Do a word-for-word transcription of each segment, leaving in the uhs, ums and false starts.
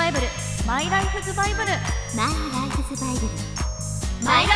バイブル、マイライフズバイブル、 マイライフズバイブル、 マイラ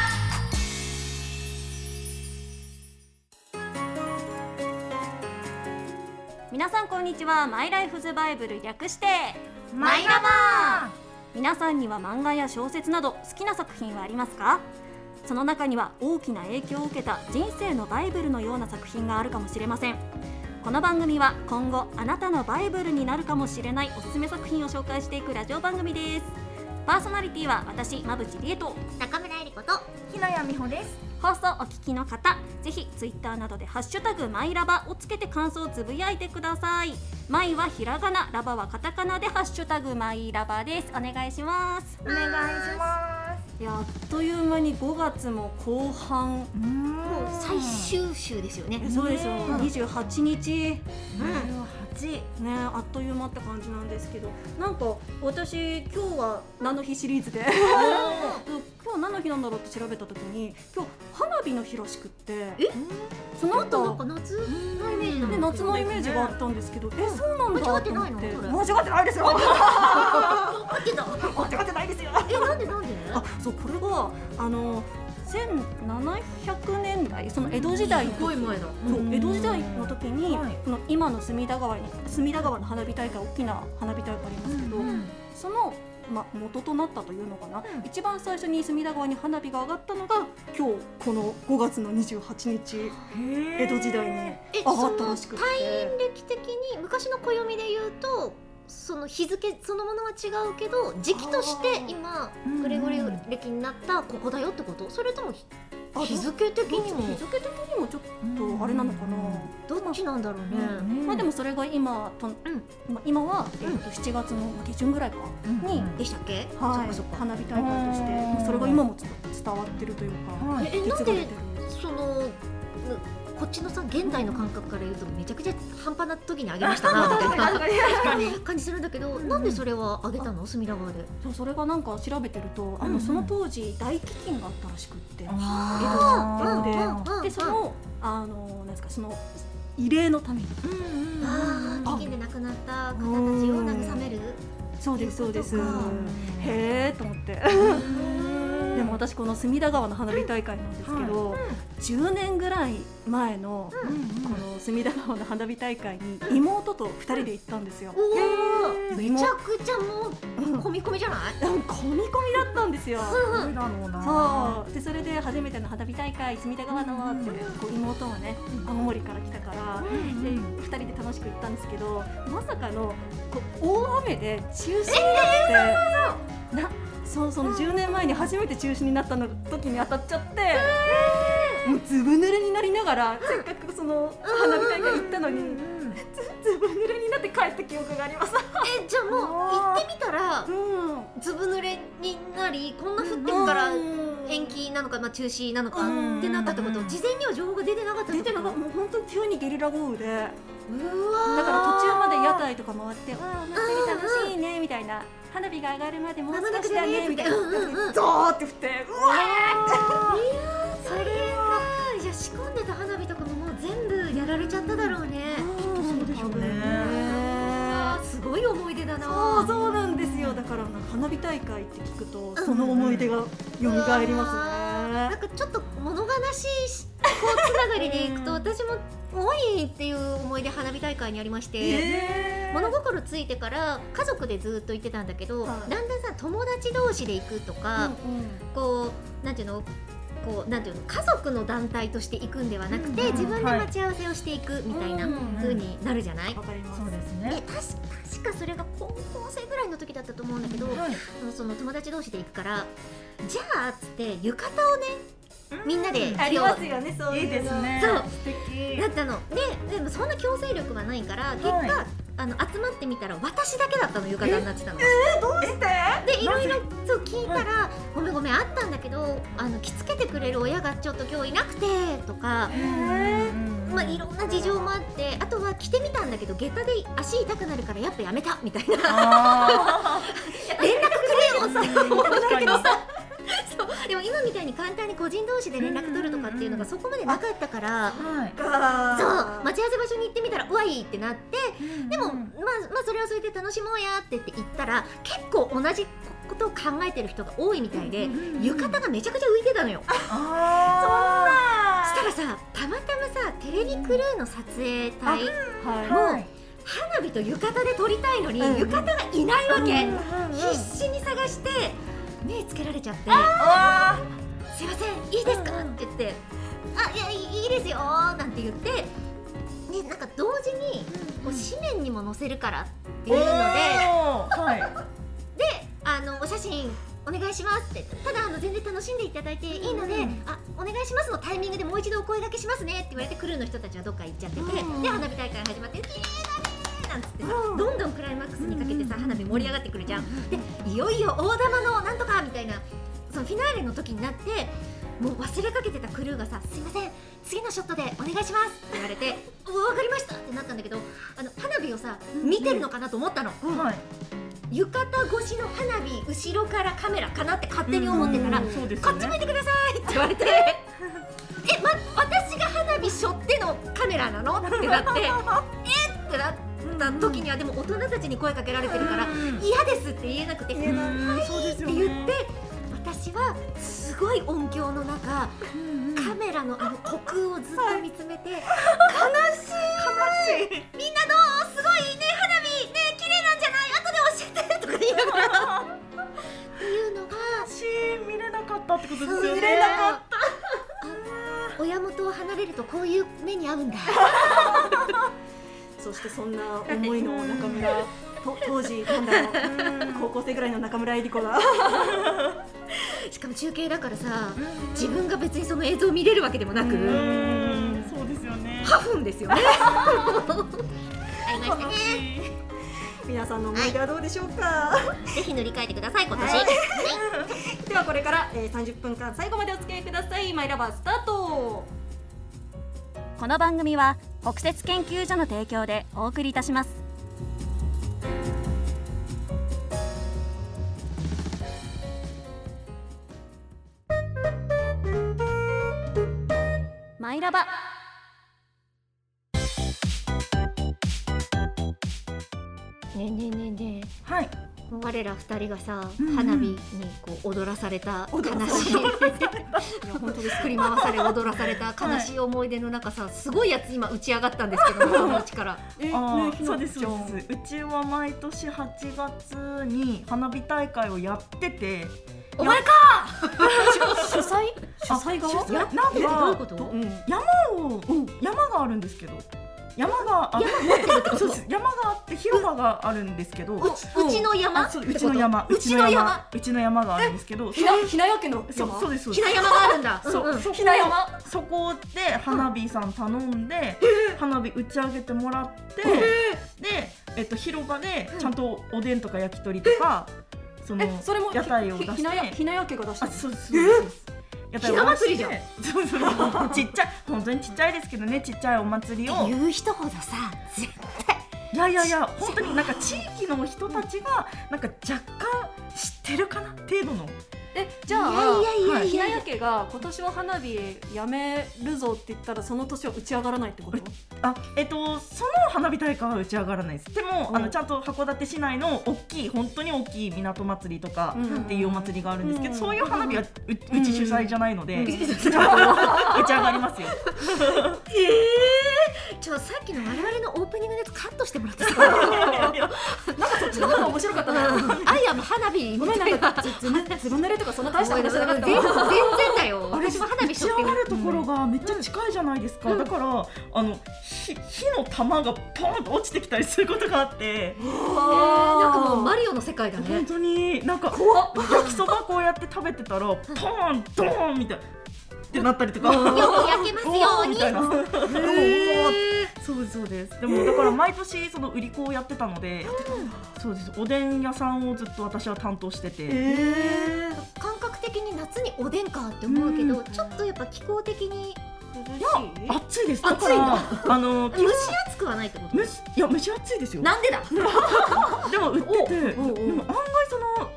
バ。皆さんこんにちは。マイライフズバイブル、略してマイラバ。皆さんには漫画や小説など好きな作品はありますか？その中には大きな影響を受けた人生のバイブルのような作品があるかもしれません。この番組は今後あなたのバイブルになるかもしれないおすすめ作品を紹介していくラジオ番組です。パーソナリティは私、馬淵理恵と中村えりこと日野谷美穂です。 放送お聞きの方、ぜひツイッターなどでハッシュタグマイラバをつけて感想をつぶやいてください。マイはひらがな、ラバはカタカナでハッシュタグマイラバです。お願いします。 お願いします。 いや、あっという間にごがつも後半、 もう最終週ですよね。 そうですよ、にじゅうはちにち、 にじゅうはちね、あっという間って感じなんですけど、なんか私今日は何の日シリーズで今日何の日なんだろうって調べた時に、今日花火の日らしくって、 えその後なんか夏のイメージなんで夏のイメージがあったんですけど、え、そうなんだと思って。 間違ってないのこれ。 間違ってないですよ。 間違ってた。 間違ってないですよ。 え、なんでなんで？ あ、そう、これがあのせんななひゃくねんだい、その江戸時代の時、 すごい前だ。 そう江戸時代の時に、 はい、 この今の隅田川に隅田川の花火大会、大きな花火大会ありますけど、 うんうん、 その、ま、元となったというのかな、うん、一番最初に隅田川に花火が上がったのが今日このごがつのにじゅうはちにち、江戸時代に上がったらしくて、 退院歴的に昔の暦で言うとその日付そのものは違うけど、時期として今グレゴリ歴になったここだよってこと？それとも日付的にも日付的にもちょっとあれなのかな、 どっちなんだろうね、 うん、まあ、でもそれが今と、うん、まあ、今は、えー、としちがつの下旬ぐらいかに、 うん、でしたっけ、 はい、 そっかそっか、 花火大会としてそれが今も伝わってるというか、 はい、 え、なんでそのこっちのさ現代の感覚から言うとめちゃくちゃ半端な時にあげましたなみたいな感じするんだけど、なんでそれはあげたの？隅田川で。 そう、それがなんか調べてると、あの、うん、その当時大飢饉があったらしくって、江戸時で、でそのあのなんですか、その慰霊のために、 うんうん、ああ、飢饉で亡くなった方たちを慰める。 そうですそうです。へえと思って。でも私この隅田川の花火大会なんですけど、はい、じゅうねんぐらい前のこの隅田川の花火大会に妹とふたりで行ったんですよ。 おー、めちゃくちゃもう込み込みじゃない？ 込み込みだったんんですよ。 そうだろうな。 そうで、それで初めての花火大会隅田川のってこう妹はね青森から来たから、でふたりで楽しく行ったんですけど、まさかのこう大雨で中止になって、えー、なそうそのじゅうねんまえに初めて中止になったの時に当たっちゃって、えー、もうずぶ濡れになりながらせっかくその花火大会行ったのに、うん、ずぶ濡れになって帰った記憶があります。 え、じゃあもう行ってみたら、うん、ずぶ濡れになり、こんな降ってるから延期なのか、まあ、中止なのかってなったってこと、事前には情報が出てなかったってこと？出てなかった。もう本当に急にゲリラ豪雨で、うわだから途中まで屋台とか回って、わあ祭り楽しいねみたいな、花火が上がるまでもう少しだねみたいな、ドーって降って、うわーって、いやそれか。じゃあ仕込んでた花火とかももう全部やられちゃっただろうね。 そうでしょうね。 すごい思い出だな。 そうそうなんですよ。だから花火大会って聞くとその思い出が蘇りますね。 なんかちょっと物悲しいこうつながりでいくと、私も多いっていう思い出花火大会にありまして、えー、物心ついてから家族でずっと行ってたんだけど、はい、だんだんさ友達同士で行くとか、うんうん、こうなんていうのこうなんていうの家族の団体として行くんではなくて、うんうん、自分で待ち合わせをしていくみたいな風になるじゃない？わかります。 そうですね。 で確かそれが高校生ぐらいの時だったと思うんだけど、はい、その友達同士で行くからじゃあっつって浴衣をねみんなで、 うん、ありますよね、そういうの。 いいですね。 そう素敵だったので、でもそんな強制力はないから結果、はい、あの集まってみたら私だけだったの、浴衣になってたの。 ええー、どうして？ でいろいろそう聞いたら、はい、ごめんごめんあったんだけど、あの着付けてくれる親がちょっと今日いなくてとか、まあいろんな事情もあって、あとは着てみたんだけど下駄で足痛くなるからやっぱやめたみたいな連絡くれよって思うんだけどさ。そうでも今みたいに簡単に個人同士で連絡取るとかっていうのがそこまでなかったから、 はいそう待ち合わせ場所に行ってみたらうわいいってなって、でもまあまあそれはそれで楽しもうやって言って行ったら結構同じことを考えてる人が多いみたいで、浴衣がめちゃくちゃ浮いてたのよ。 あそしたらさ、たまたまさテレビクルーの撮影隊ーもはい花火と浴衣で撮りたいのに浴衣がいないわけ。必死に探して目つけられちゃって、 あすいませんいいですかって言って、あいやいいですよなんて言って、ね、なんか同時にこう紙面にも載せるからっていうので、 はいであのお写真お願いしますって、ただあの全然楽しんでいただいていいので、うん、あお願いしますのタイミングでもう一度お声掛けしますねって言われて、クルーの人たちはどっか行っちゃってて、うん、で花火大会始まって「きれいだね」なんつってさ、うん、どんどんクライマックスにかけてさ花火盛り上がってくるじゃん。でいよいよ大玉のなんとかみたいなそのフィナーレの時になって、もう忘れかけてたクルーがさ「すいません次のショットでお願いします」って言われて「分かりました」ってなったんだけど、あの花火をさ見てるのかなと思ったの。うんはい、浴衣越しの花火後ろからカメラかなって勝手に思ってたら、こっち向いてくださいって言われてえ、ま、私が花火背負ってのカメラなのってなってえってなった時にはでも大人たちに声かけられてるから嫌ですって言えなくて、はいって言って、私はすごい音響の中カメラのあの虚空をずっと見つめて、悲しい悲しいみんなどうすごいね花火ね綺麗なんじゃない後で教えてとか言いながらっていうのがシーン見れなかったってことですよね。 見れなかった。親元を離れるとこういう目に遭うんだそしてそんな思いの中村と当時なんだろう高校生ぐらいの中村えり子がしかも中継だからさ、自分が別にその映像を見れるわけでもなく、 うーんそうですよね。 ハフンですよね会いましたね。 皆さんの思い出はどうでしょうか。 ぜひ塗り替えてください今年、 はい、ではこれから、えー、さんじゅっぷんかん最後までお付き合いください。マイラバースタート。 この番組は北雪研究所の提供でお送りいたします。マイラバ。 ねえねえねえねえ、 はい、 我ら二人がさ、 うんうん、 花火にこう踊らされた悲しいいや本当です振り回され踊らされた悲しい思い出の中さ、すごいやつ今打ち上がったんですけどこのうちからえあ、ね、そうですそうです。うちは毎年はちがつに花火大会をやってて、 お前か主催主催側やなんかどういうこと？ うん、山を、うん、山があるんですけど山があってそうです山があって広場があるんですけど、 うち、うちの山そううちの山うちの山うちの山があるんですけど、 ひなひなやけのそうそうですそうひな山があるんだ。 そうそひな山そこで花火さん頼んで花火打ち上げてもらってでえっと広場でちゃんとおでんとか焼き鳥とかその屋台を出してひなやけが出してあそうそうそうひな祭りじゃん。 そうそうちっちゃい本当にちっちゃいですけどね、ちっちゃいお祭りを言う人ほどさ絶対いやいやいや本当になんか地域の人たちがなんか若干知ってるかな程度の。 えじゃあいやいやいやいやひなやけが今年は花火やめるぞって言ったらその年は打ち上がらないってこと？ あえっとその花火大会は打ち上がらないです。でも、うん、あのちゃんと函館市内の大きい本当に大きい港祭りとかっていうお祭りがあるんですけど、うん、そういう花火は う, うち主催じゃないので、うん、ちゃんと打ち上がりますよ。 えー、ちょさっきの我々のオープニングのやつカットしてもらってさなんかそっちの方が面白かったな。 アイアム花火ごめんなんかずぶ濡れとかそんな大した話じゃなかった。 全然だよ。私も花火しょって打ち上がるところがめっちゃ近いじゃないですか、うん、だからあの火, 火の玉がポーンと落ちてきたりすることがあって、 なんかもうマリオの世界だね。 本当になんか焼きそばこうやって食べてたらポーンドーンみたいなってなったりとか、 よく焼けますようにみたいなそうですそうです。でもだから毎年その売り子をやってたので、そうですおでん屋さんをずっと私は担当してて、 えー、感覚的に夏におでんかって思うけど、うん、ちょっとやっぱ気候的にいや暑いです。だか暑いんだ。 あの蒸し暑くはないってこと？ 蒸しいや蒸し暑いですよ。 なんでだ。 でも売ってて、でも案外その美味しい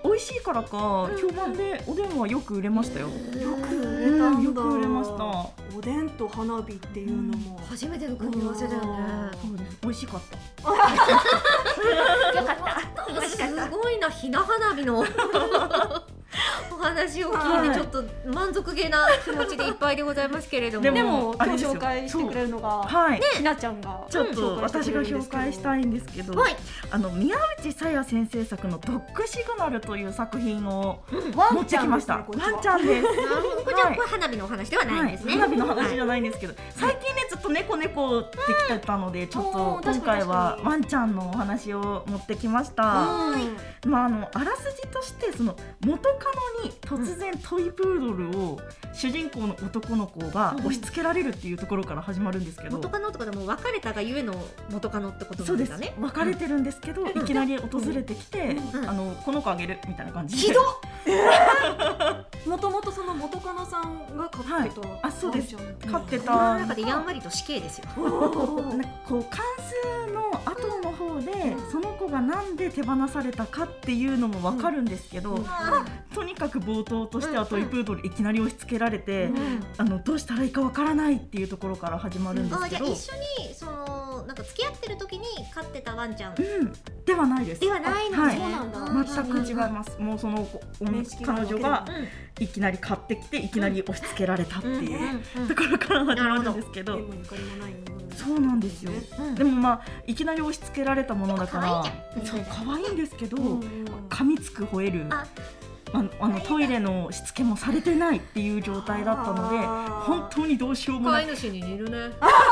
からか評判でおでんはよく売れましたよ。 よく売れたんだ。 よく売れました。 おでんと花火っていうのも初めての組み合わせだよね。 そうです。美味しかった。 よかった。美味しかった。すごいな、ひな花火のお話を聞いてちょっと満足げな気持ちでいっぱいでございますけれども。 でも今日紹介してくれるのがひなちゃんがちょっと私が紹介したいんですけど、あの宮内さや先生作のドッグシグナルという作品を持ってきました。ワンちゃんです。 これは花火のお話ではないんですね。 花火の話じゃないんですけど、最近ねずっと猫猫ってきてたので、ちょっと今回はワンちゃんのお話を持ってきました。まああのあらすじとしてその元カノに突然トイプードルを主人公の男の子が押し付けられるっていうところから始まるんですけど、 元カノとかでも別れたがゆえの元カノってことなんですかね。 そうです。別れてるんですけど、いきなり訪れてきて、あのこの子あげるみたいな感じで。 ひどっ。 もともとその元カノさんが飼ってた。 あ、そうです。飼ってた。 この中でやんわりと死刑ですよ。 なんかこう関数の後の方でその子がなんで手放されたかっていうのもわかるんですけど、とにかく冒頭としてはトイプードルいきなり押し付けられて、あのどうしたらいいかわからないっていうところから始まるんですけど、 じゃあ一緒にそのなんか付き合ってる時に飼ってたワンちゃん、 うん、ではないです。 ではないのね。そうなんだ。全く違います。もうその彼女がいきなり買ってきていきなり押し付けられたっていうところから始まるんですけど、そうなんですよ。でもまあいきなり押し付けられたものだから、そう可愛いんですけど、噛みつく吠える。あの、あのトイレのしつけもされてないっていう状態だったので、本当にどうしようもない。 飼い主に似るね。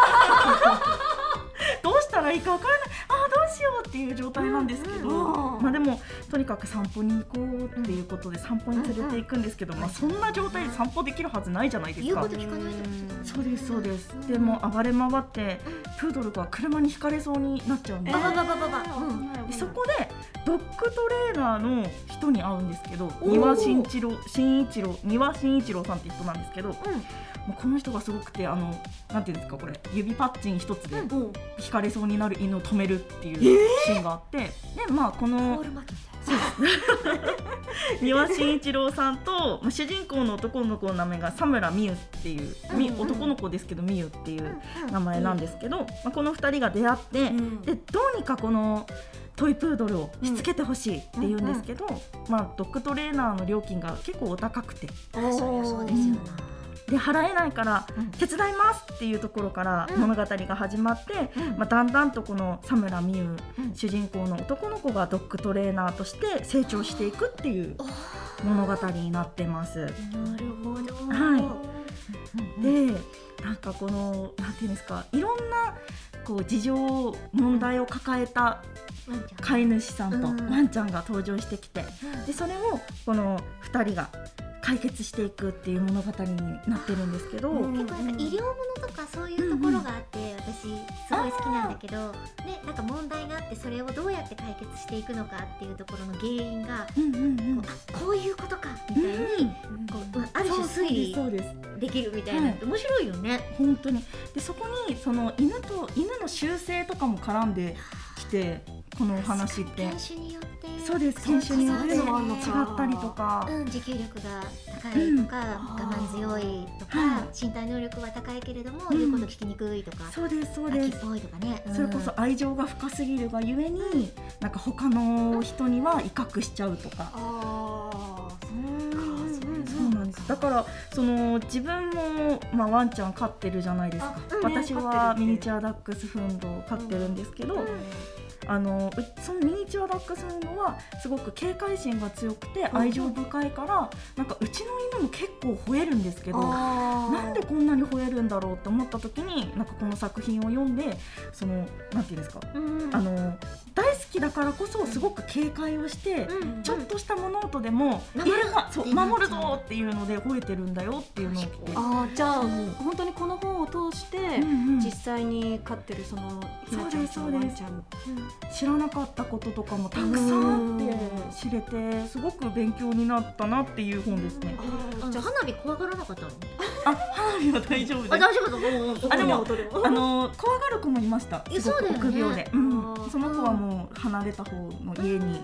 どうしたらいいかわからない、あどうしようっていう状態なんですけど、まあでもとにかく散歩に行こうっていうことで散歩に連れて行くんですけど、まあそんな状態で散歩できるはずないじゃないですか。 言うこと聞かないってこと。 そうですそうです。でも暴れ回ってプードルが車にひかれそうになっちゃうんです。そこでドッグトレーナーの人に会うんですけど、丹羽慎一郎慎一郎丹羽慎一郎さんって人なんですけど、もうこの人がすごくて、あのなんていうんですか、これ指パッチン一つで引かれそうになる犬を止めるっていうシーンがあって、でまあこの丹羽慎一郎さんと、まあ、主人公の男の子の名前が佐村美優っていう、うんうん、男の子ですけど美優っていう名前なんですけど、まあ、このふたりが出会って、うん、でどうにかこのトイプードルをしつけてほしいって言うんですけど、うんうん、まあ、ドッグトレーナーの料金が結構お高くて、 あ、そりゃそうですよな。 で払えないから手伝いますっていうところから物語が始まって、うん、まあ、だんだんとこの佐村美優、うん、主人公の男の子がドッグトレーナーとして成長していくっていう物語になってます。 なるほど。 はい。でなんかこのなんていうんですか、いろんなこう事情問題を抱えた飼い主さんとワンちゃんが登場してきて、でそれをこのふたりが解決していくっていう物語になってるんですけど、 うん、結構なんか医療ものとかそういうところがあって、うんうん、私すごい好きなんだけど、ね、なんか問題があってそれをどうやって解決していくのかっていうところの原因が、うんうんうん、こう、あ、こういうことかみたいに、うん、こうある種推理できるみたいなって面白いよね、はい、 本当に。でそこにその犬と犬の習性とかも絡んできて、このお話って犬種によってそうです、犬種によって違ったりとか、 うん、持久力が高いとか、うん、我慢強いとか、はい、身体能力は高いけれども、うん、言うこと聞きにくいとか、 そうですそうです、 飽きっぽいとかね、うん、 それこそ愛情が深すぎるがゆえに、うん、なんか他の人には威嚇しちゃうとか、あそうなんです。だからその自分も、まあ、ワンちゃん飼ってるじゃないですか、うん、私はミニチュアダックスフンドを飼ってるんですけど、うんうん、あのそのミニチュアダックスフンドはすごく警戒心が強くて愛情深いから、なんかうちの犬も結構吠えるんですけど、なんでこんなに吠えるんだろうって思った時に、なんかこの作品を読んで、そのなんていうんですか、うん、あの大好きだからこそすごく警戒をして、うん、ちょっとした物音でも犬がそう守るぞっていうので吠えてるんだよっていうのを、 あじゃあ本当にこの本を通して、うんうん、実際に飼ってるそのひなちゃんとワンちゃん、 知らなかったこととかもたくさんあって知れて、すごく勉強になったなっていう本ですね。 あじゃあ花火怖がらなかったの？ あ、花火は大丈夫です。 あ、大丈夫だ。 あ、でもあの怖がる子もいました。すごく臆病で、うん、その子はもう離れた方の家に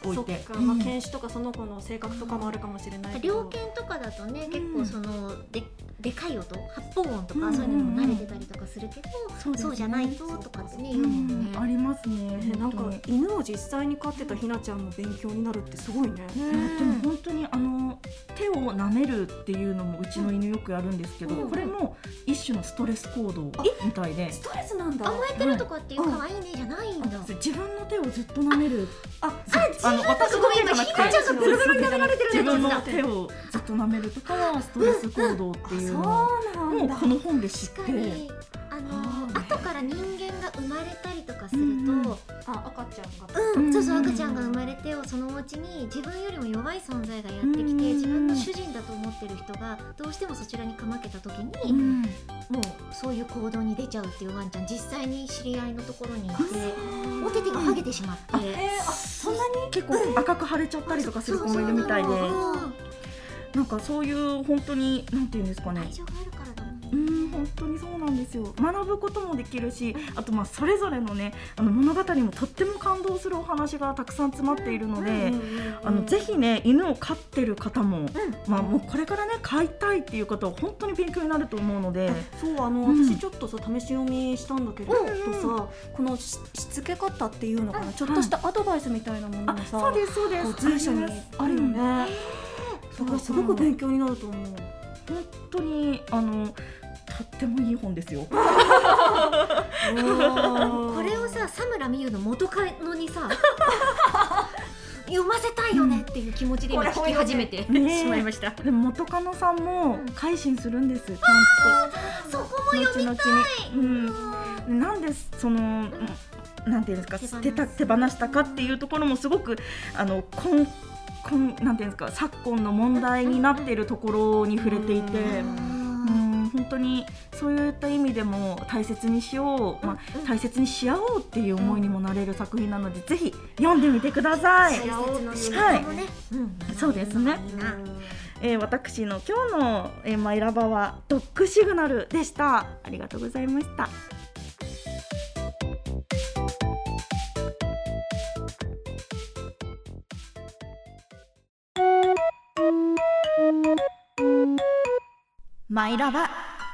置いて、 そっか、まあ、犬種とかその子の性格とかもあるかもしれないけど、 猟犬とかだとね、結構そのででかい音、発砲音とかそういうのも慣れてたりとかするけど、 うんうん、 そうじゃないととかってね言うもんね、 うん、ありますね。 えなんか犬を実際に飼ってたひなちゃんの勉強になるってすごいね。 でも本当にあの手を舐めるっていうのもうちの犬よくやるんですけど、うん、これも一種のストレス行動みたいで、 ストレスなんだ。 甘えてるとかっていう可愛いねじゃないんだ。 自分の手をずっと舐める。 あ、あ、あの私の手じゃなくて、ひなちゃんがブルブルに舐められてる自分の手をずっと舐めるとかはストレス行動っていうのをこの本で知って。 あの後から人間が生まれたりとかすると、 あ、赤ちゃんが、 うん、そうそう、赤ちゃんが生まれてそのうちに自分よりも弱い存在がやってきて、自分の主人だと思ってる人がどうしてもそちらにかまけた時に、もうそういう行動に出ちゃうっていうワンちゃん、実際に知り合いのところにいて、お手手が剥げてしまって、 えー、あ、そんなに結構赤く腫れちゃったりとかする子もいるみたいで、なんかそういう本当になんていうんですかね、 愛情があるからだもんね。 うん、本当にそうなんですよ。学ぶこともできるし、あとまあそれぞれのね、あの物語もとっても感動するお話がたくさん詰まっているので、あのぜひね、犬を飼ってる方も、うん、まあもうこれからね飼いたいっていう方は本当に勉強になると思うので、 そう、あの、うん、私ちょっとさ試し読みしたんだけど、うん、とさ、この し, しつけ方っていうのかな、うん、ちょっとしたアドバイスみたいなものがさ、 そうですそうです、 随所にあるよね。だからすごく勉強になると思う。 本当にあのとってもいい本ですよ。これをさ、佐村美優の元カノにさ読ませたいよねっていう気持ちで今聞き始めて、うん、しまいました。 でも元カノさんも改心するんです、ちゃんと。そこも読みたい。 うん、なんでその、うん、なんていうんですか、手放, 手放したかっていうところもすごくあの根こんなんていうんですか、昨今の問題になっているところに触れていて、うん、本当にそういった意味でも大切にしよう、まあ、大切にし合おうっていう思いにもなれる作品なので、ぜひ読んでみてください。はい、そうですね。えー、私の今日の、えー、マイラバはドッグシグナルでした。ありがとうございました。マイラバ。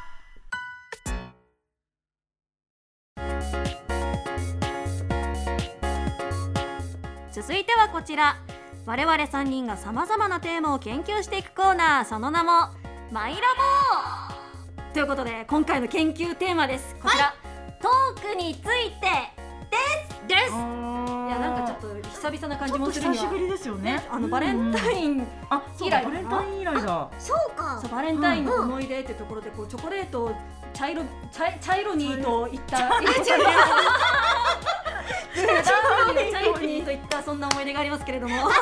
続いてはこちら、我々さんにんがさまざまなテーマを研究していくコーナー、その名もマイラボということで、今回の研究テーマです。こちら、はい、トークについてですです。いや、なんかちょっと久々な感じもするには、 久しぶりですよね。 あのバレンタイン以来、 バレンタイン以来だ。 そうか。 そう、バレンタインの思い出ってところで、こうチョコレートを茶色茶茶色にと言った。チャイロニーといったそんな思い出がありますけれども、はい、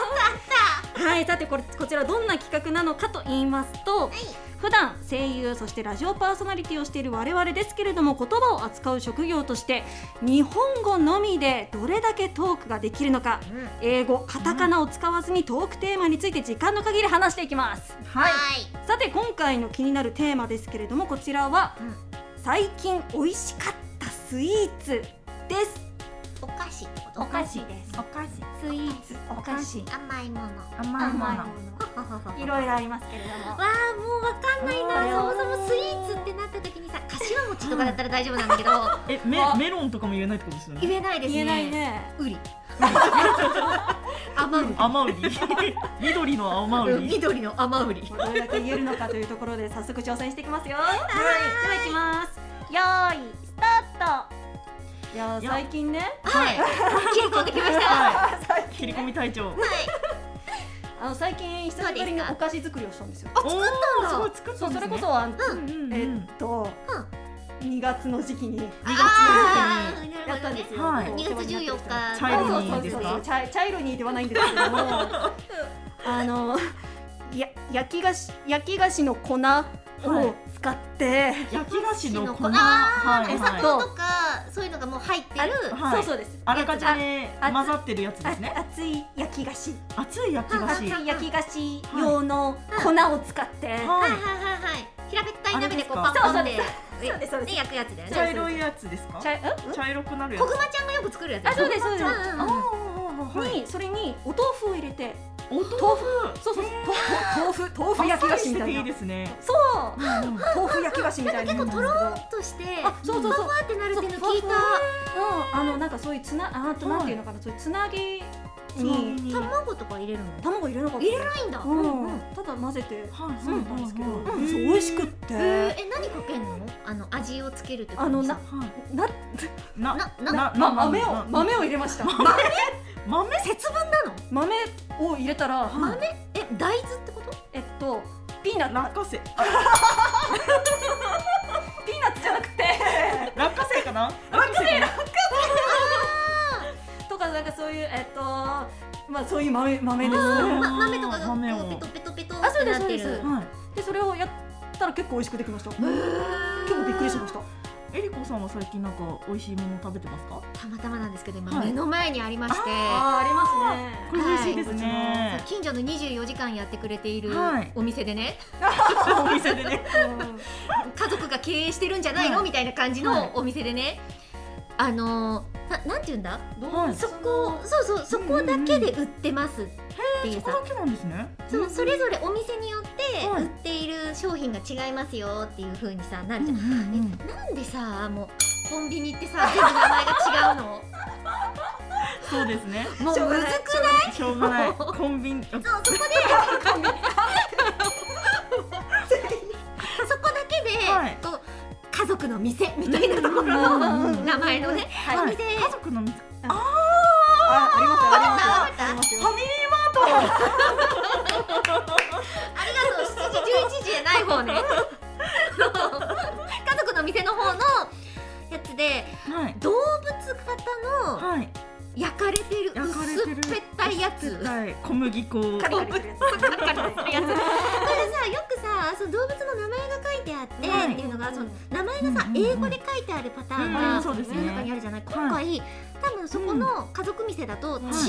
さてこれこちらどんな企画なのかと言いますと、はい、普段声優そしてラジオパーソナリティをしている我々ですけれども、言葉を扱う職業として日本語のみでどれだけトークができるのか、うん、英語カタカナを使わずにトークテーマについて時間の限り話していきます。 はい、 さて今回の気になるテーマですけれども、こちらは、うん、最近美味しかったスイーツです。 お菓子ってこと？ お菓子です。 お菓子、 スイーツ、お菓子、 甘いもの、 甘いもの、 いろいろありますけれども。 わあ、もうわかんないな。そもそもスイーツってなった時にさ、かしわ餅とかだったら大丈夫なんだけど、 え、メメロンとかも言えないってことですよね。 言えないですね。 言えないね。 ウリ。甘ウリ。 甘ウリ。緑の甘ウリ。 緑の甘ウリ。 どれだけ言えるのかというところで早速挑戦していきますよ。はい。では行きます。よーい、スタート。いや最近ね、 はい、切り込んできました。 切り込み隊長。 あの最近久しぶりにお菓子作りをしたんですよ。 あ、作ったんだ。 すごい作ったんですね。 それこそあえっとにがつの時期ににがつの時期にやったんですよ。 にがつじゅうよっか。 茶色にですか？ 茶色にではないんですけども、あのや焼き菓子焼き菓子の粉を使って焼き菓子の粉、 はい砂糖とかそういうのがもう入ってる、 そうそうです。 あらかじめ混ざってるやつですね。 熱い焼き菓子、 熱い焼き菓子、 熱い焼き菓子用の粉を使って、はいはいはいはい、平べったい鍋でこうパンパンでそうですそうです焼くやつだよね。 茶色いやつですか？茶色くなるやつ。 こぐまちゃんがよく作るやつ。 あ、そうですそうです。 にそれにお豆腐を入れて、 お豆腐、 そうそうそう、豆腐豆腐焼き菓子みたいな。 いいですね。 そう、豆腐焼き菓子みたいな。 結構とろっとしてあ、そうそうそう、 ふわってなるっていうの聞いた。 うん、あのなんかそういうつな、あとなんていうのかな、そういうつなぎに卵とか入れるの？ 卵入れなかった。 入れないんだ。 うん、ただ混ぜてそうなんですけど、そううん美味しくって。 え、何かけんの？あの味をつけるってあのなななななま豆を豆を入れました。 豆豆節分なの？ 豆を入れたら、 豆え大豆ってこと？ えっとピーナッツ落花生、 ピーナッツじゃなくて落花生かな？ 落花生落花生とかなんかそういうえっとまあそういう豆豆です。 ま豆とかがこ豆をうペトペトペトあ、 ってそうですそうですなってる。 でそれをやったら結構美味しくできました。結構びっくりしました。 えりこさんは最近なんか美味しいもの食べてますか？ たまたまなんですけど今はい目の前にありまして、 あ、ありますこね。 れ美味しいですね。 近所のにじゅうよじかんやってくれているはいお店でね、 お店でね。 家族が経営してるんじゃないのはいみたいな感じはいのお店でね、あのーななんていうんだ、 はいそこそうそうそこだけで売ってますっていうさ、 そこだけなんですね。 そうそれぞれお店によってはい売っている商品が違いますよっていう風にさなるじゃん。えなんでさもうコンビニってさ全部名前が違うの？ そうですね。 もうむずくない？ しょうがない。コンビニ。 そうそこでそこだけで、 はいこう家族の店みたいなところの名前のね、 はいお店、 家族の店。 あ、ありますありますあありますよ。 ファミリーマート。 ありがとうしちじじゅういちじじゃない方ね家族の店の方のやつではい。 動物型のはい。 焼かれてる焼かれ薄てるっぺったいやつ、 はい。小麦粉。 カリカリするやつ。 カリカリするやつこれさよくさその動物の名前が書いてあって、 はいっていうのがその名前がさ、 うんうんうん英語で書いてあるパターンうんがそうですね世の中にあるじゃない。今回、多分そこの家族店だと違うメーカー、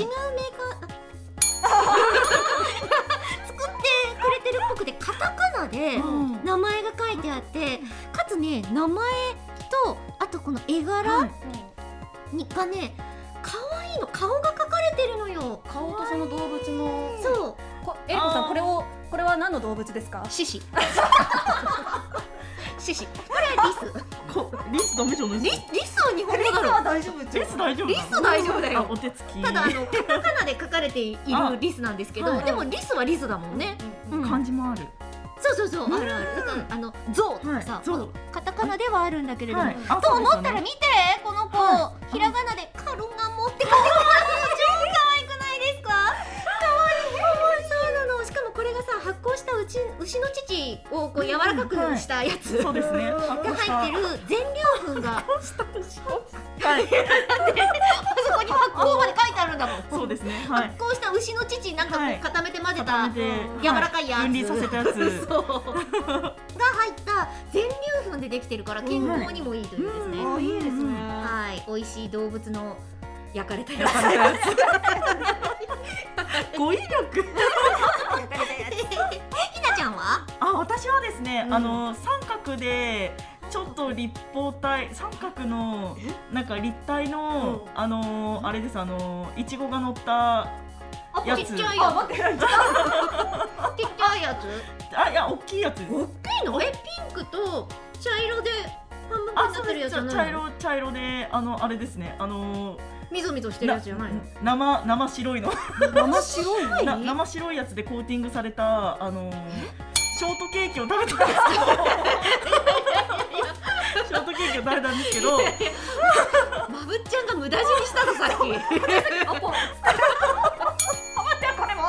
作ってくれてるっぽくてカタカナでうん名前が書いてあって、かつね名前とあとこの絵柄はいにがね可愛いの、顔が描かれてるのよ。 顔とその動物の。 そうこえりこさん、これをこれは何の動物ですか？ 獅子獅子これはリスこリスダメじゃないリですか。 リスは日本語だろ。 大丈夫。 リス大丈夫。 リス大丈夫だよあ、お手つき。 ただあのカタカナで書かれているリスなんですけど、 はいでもリスはリスだもんね。うん漢字もある。 そうそうそう、あるある。だからあのゾウとかさ、 はいゾウカタカナではあるんだけれども、 はいあと思ったらそうですよね見てこの子、 はひらがなでカルガモって書いてある。超可愛くないですか？可愛い。そうなの。しかもこれがさ発酵した牛牛の乳をこう柔らかくしたやつ。 そうですね。 が入ってる全粒粉がはい。 そこに発酵まで書いてあるんだもん。 そうですね。はい発。酵した牛の乳なんかこはいう固めて混ぜた固めて柔らかいやつ、 分離させたやつ。 そうが入った全粒粉でできてるから健康にもいいというですね、 あ、いいですね。 はい、美味しい動物の焼かれたや焼かれたやつ。語彙力。 ひなちゃんはあ、私はですね、 うんあの三角でちょっと立方体、三角のなんか立体の、 うんあのあれです、あのいちごが乗ったやつ。 ちっちゃいあ、 や待って。 つちっちゃいやつあ、いや、大きいやつです。 大きいの？え、ピンクと茶色で半分あ、 になそうです。 ってるやつじゃない茶の？ 色茶色で、あのあれですね、あのみぞみぞしてるやつじゃないの？ 生生白いの。 生白い。 な生白いやつでコーティングされたあのー、ショートケーキを食べたんですけどショートケーキを食べたんですけどまぶっちゃんが無駄死にしたのさっき。 あ、こう。待ってこれも。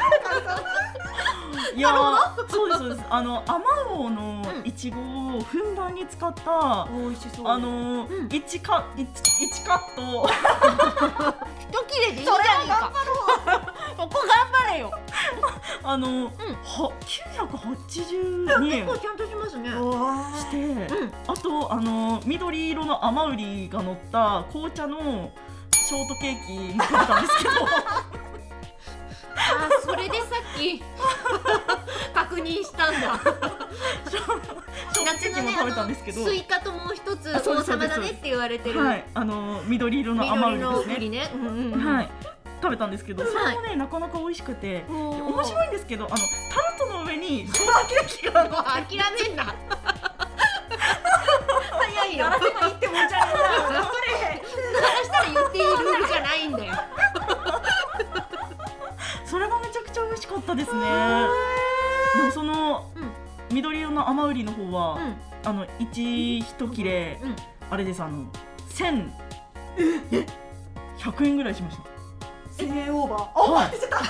いやーそうですそうです、あのアマオのいちごをふんだんに使った、 美味しそう。 あのーうんいちカいちいちカット一切れでいいじゃねえか。 ここ頑張れよ。 あのーはきゅうひゃくはちじゅうにえん結構ちゃんとしますね。 して、 うんあとあの緑色の甘売りが乗った紅茶のショートケーキも食べたんですけどあ、それでさっき確認したんだ。夏のね、 ショートケーキも食べたんですけどあのスイカともう一つ王あそうです様だねって言われてる。 はい、あの緑色の甘売り緑のですね。 栗ね。うんうんうんはい。 食べたんですけど、それもねなかなか美味しくて面白いんですけど、あのタルトの上にショートケーキがもう諦めんな早いよやらせばいいってもんじゃねえなそれ鳴らしたら言っていいルールじゃないんだよそれがめちゃくちゃ美味しかったですね。でもその、うん、緑色の甘売りの方は、うん、あの一一切れ、うん、あれです、あの千ひゃくえんぐらいしました。 せんえんオーバー。 はい、 せんえん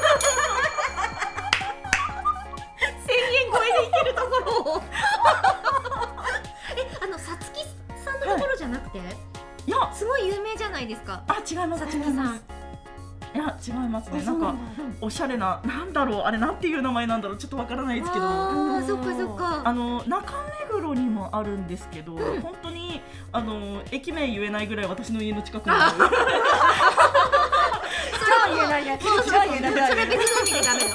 超えでいけるところをえ、あのさつきさんのところじゃなくて、はい、いやすごい有名じゃないですか。 あ、違います。 さつきさん。 いや違いますね。なんかおしゃれな、なんだろうあれなんていう名前なんだろう、ちょっとわからないですけど。 ああ、そっかそっか。 あの中目黒にもあるんですけど、うん、本当にあの駅名言えないぐらい私の家の近くにある。 それは言えないね。それは言えない。 それ別の意味でダメだ。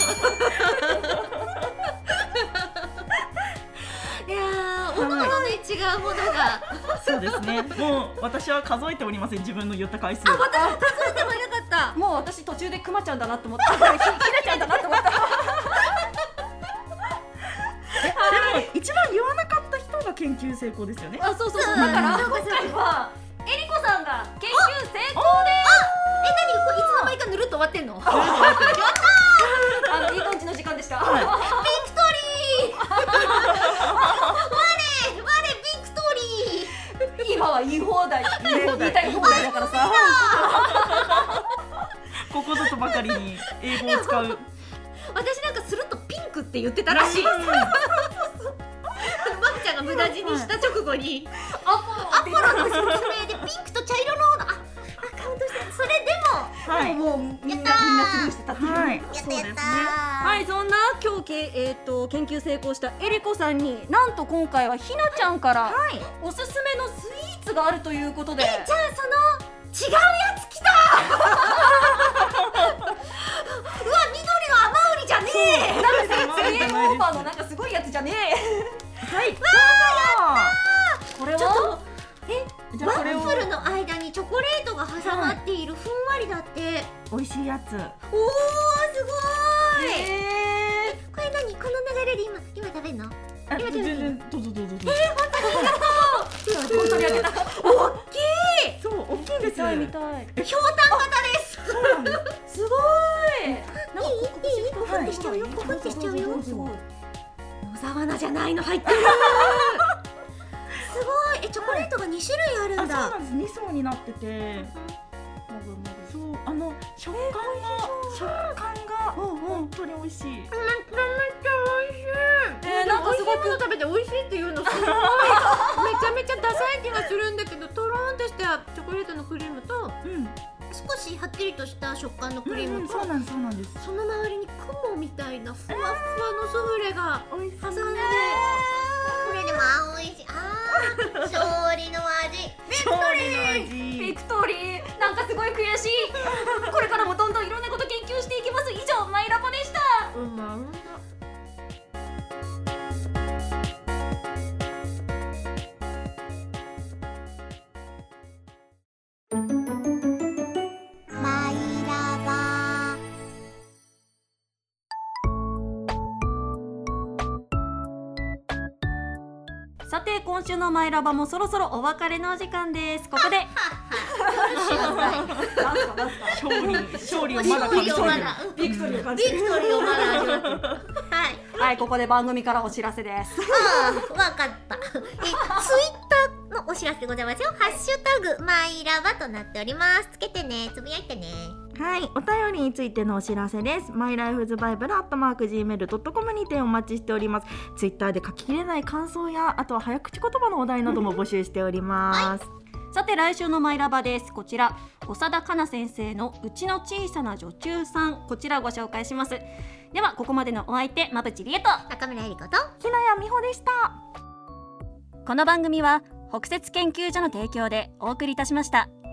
いやー、おのおのね違うものが。 そうですね。もう私は数えておりません、自分の言った回数。 あ、私も数えてもいなかった。 もう私途中でクマちゃんだなと思った。ひなちゃんだなと思った。でも一番言わなかった人が研究成功ですよね。 あ、そうそうそう。だから今回はえりこさんが研究成功です。 あ、え、何これいつの間にかぬるっと終わってんの？やったー。 あのいい感じの時間でした。 はい、ビクトリー。我我ビクトリー。 今は言い放題、言いたい放題だからさ。 ここぞとばかりに英語を使う。 私なんかするとピンクって言ってたらしい。まみちゃんが無駄死にした直後にアポロの説明でピンクと茶色のあ、カウントしてそれでも、 はい、 もうみんなみんなスルーしてたっていう。 はい、 やったそうですね。 はい、そんな今日け、えー、と研究成功したえりこさんになんと今回はひなちゃんから、はい、おすすめのスイーツがあるということで。 え、じゃあその違うやつきたうわ、緑の甘売りじゃねえ。 なんかせんえんオーバーのなんかすごいやつじゃねえ。 はい、わー、これはえ、ワッフルの間にチョコレートが挟まっているふんわりだって、 美味しいやつ。 おー、すごーい。えー、これ何、この流れで今今食べるの？今食べるの？ どうぞどうぞどうぞ。 えー、本当にありがとう。 本当にあげた。 大きい。 そう、大きいんです。 見たい見たい。 ひょうたん型です。 そうなんです。 すごい。 なんかいいいい、ポフってしちゃうよ、ポフってしちゃうよ。 すごい。 野沢菜じゃないの入ってる。すごい。え、チョコレートがに種類あるんだ。 あ、そうなんです。に層になってて、そう、あの食感が食感が本当に美味しい。めちゃめちゃ美味しい。 えー、なんかすごく食べて美味しいっていうのすごいめちゃめちゃダサい気がするんだけど、とろーんとしたチョコレートのクリームと、うん、少しはっきりとした食感のクリームと、 うんうん、そうなんです、そうなんです。 その周りに雲みたいなふわふわのスフレが挟んで、これでもあ、美味しい。あー、勝利の味。ビクトリー。 ビクトリー、なんかすごい悔しい。これからもどんどんいろんなこと研究していきます。以上、マイラボでした。 うまうま。 さて今週のマイラバもそろそろお別れのお時間です。ここで勝利勝利をまだ感じてる。 ビクトリーを感じてる。 ビクトリーをまだ味わってる。はいはい、ここで番組からお知らせです。 ああ、わかった。え、ツイッターのお知らせでございますよ。ハッシュタグマイラバとなっております。つけてね、つぶやいてね。 はい、お便りについてのお知らせです。マイライフズバイブルアットマーク ジーメールドットコム にてお待ちしております。ツイッターで書ききれない感想や、あとは早口言葉のお題なども募集しております。はい、 さて来週のマイラバです。こちら長田香奈先生のうちの小さな女中さん、こちらをご紹介します。ではここまでのお相手、馬淵理恵と中村えりこと日野谷美穂でした。 この番組は北雪研究所の提供でお送りいたしました。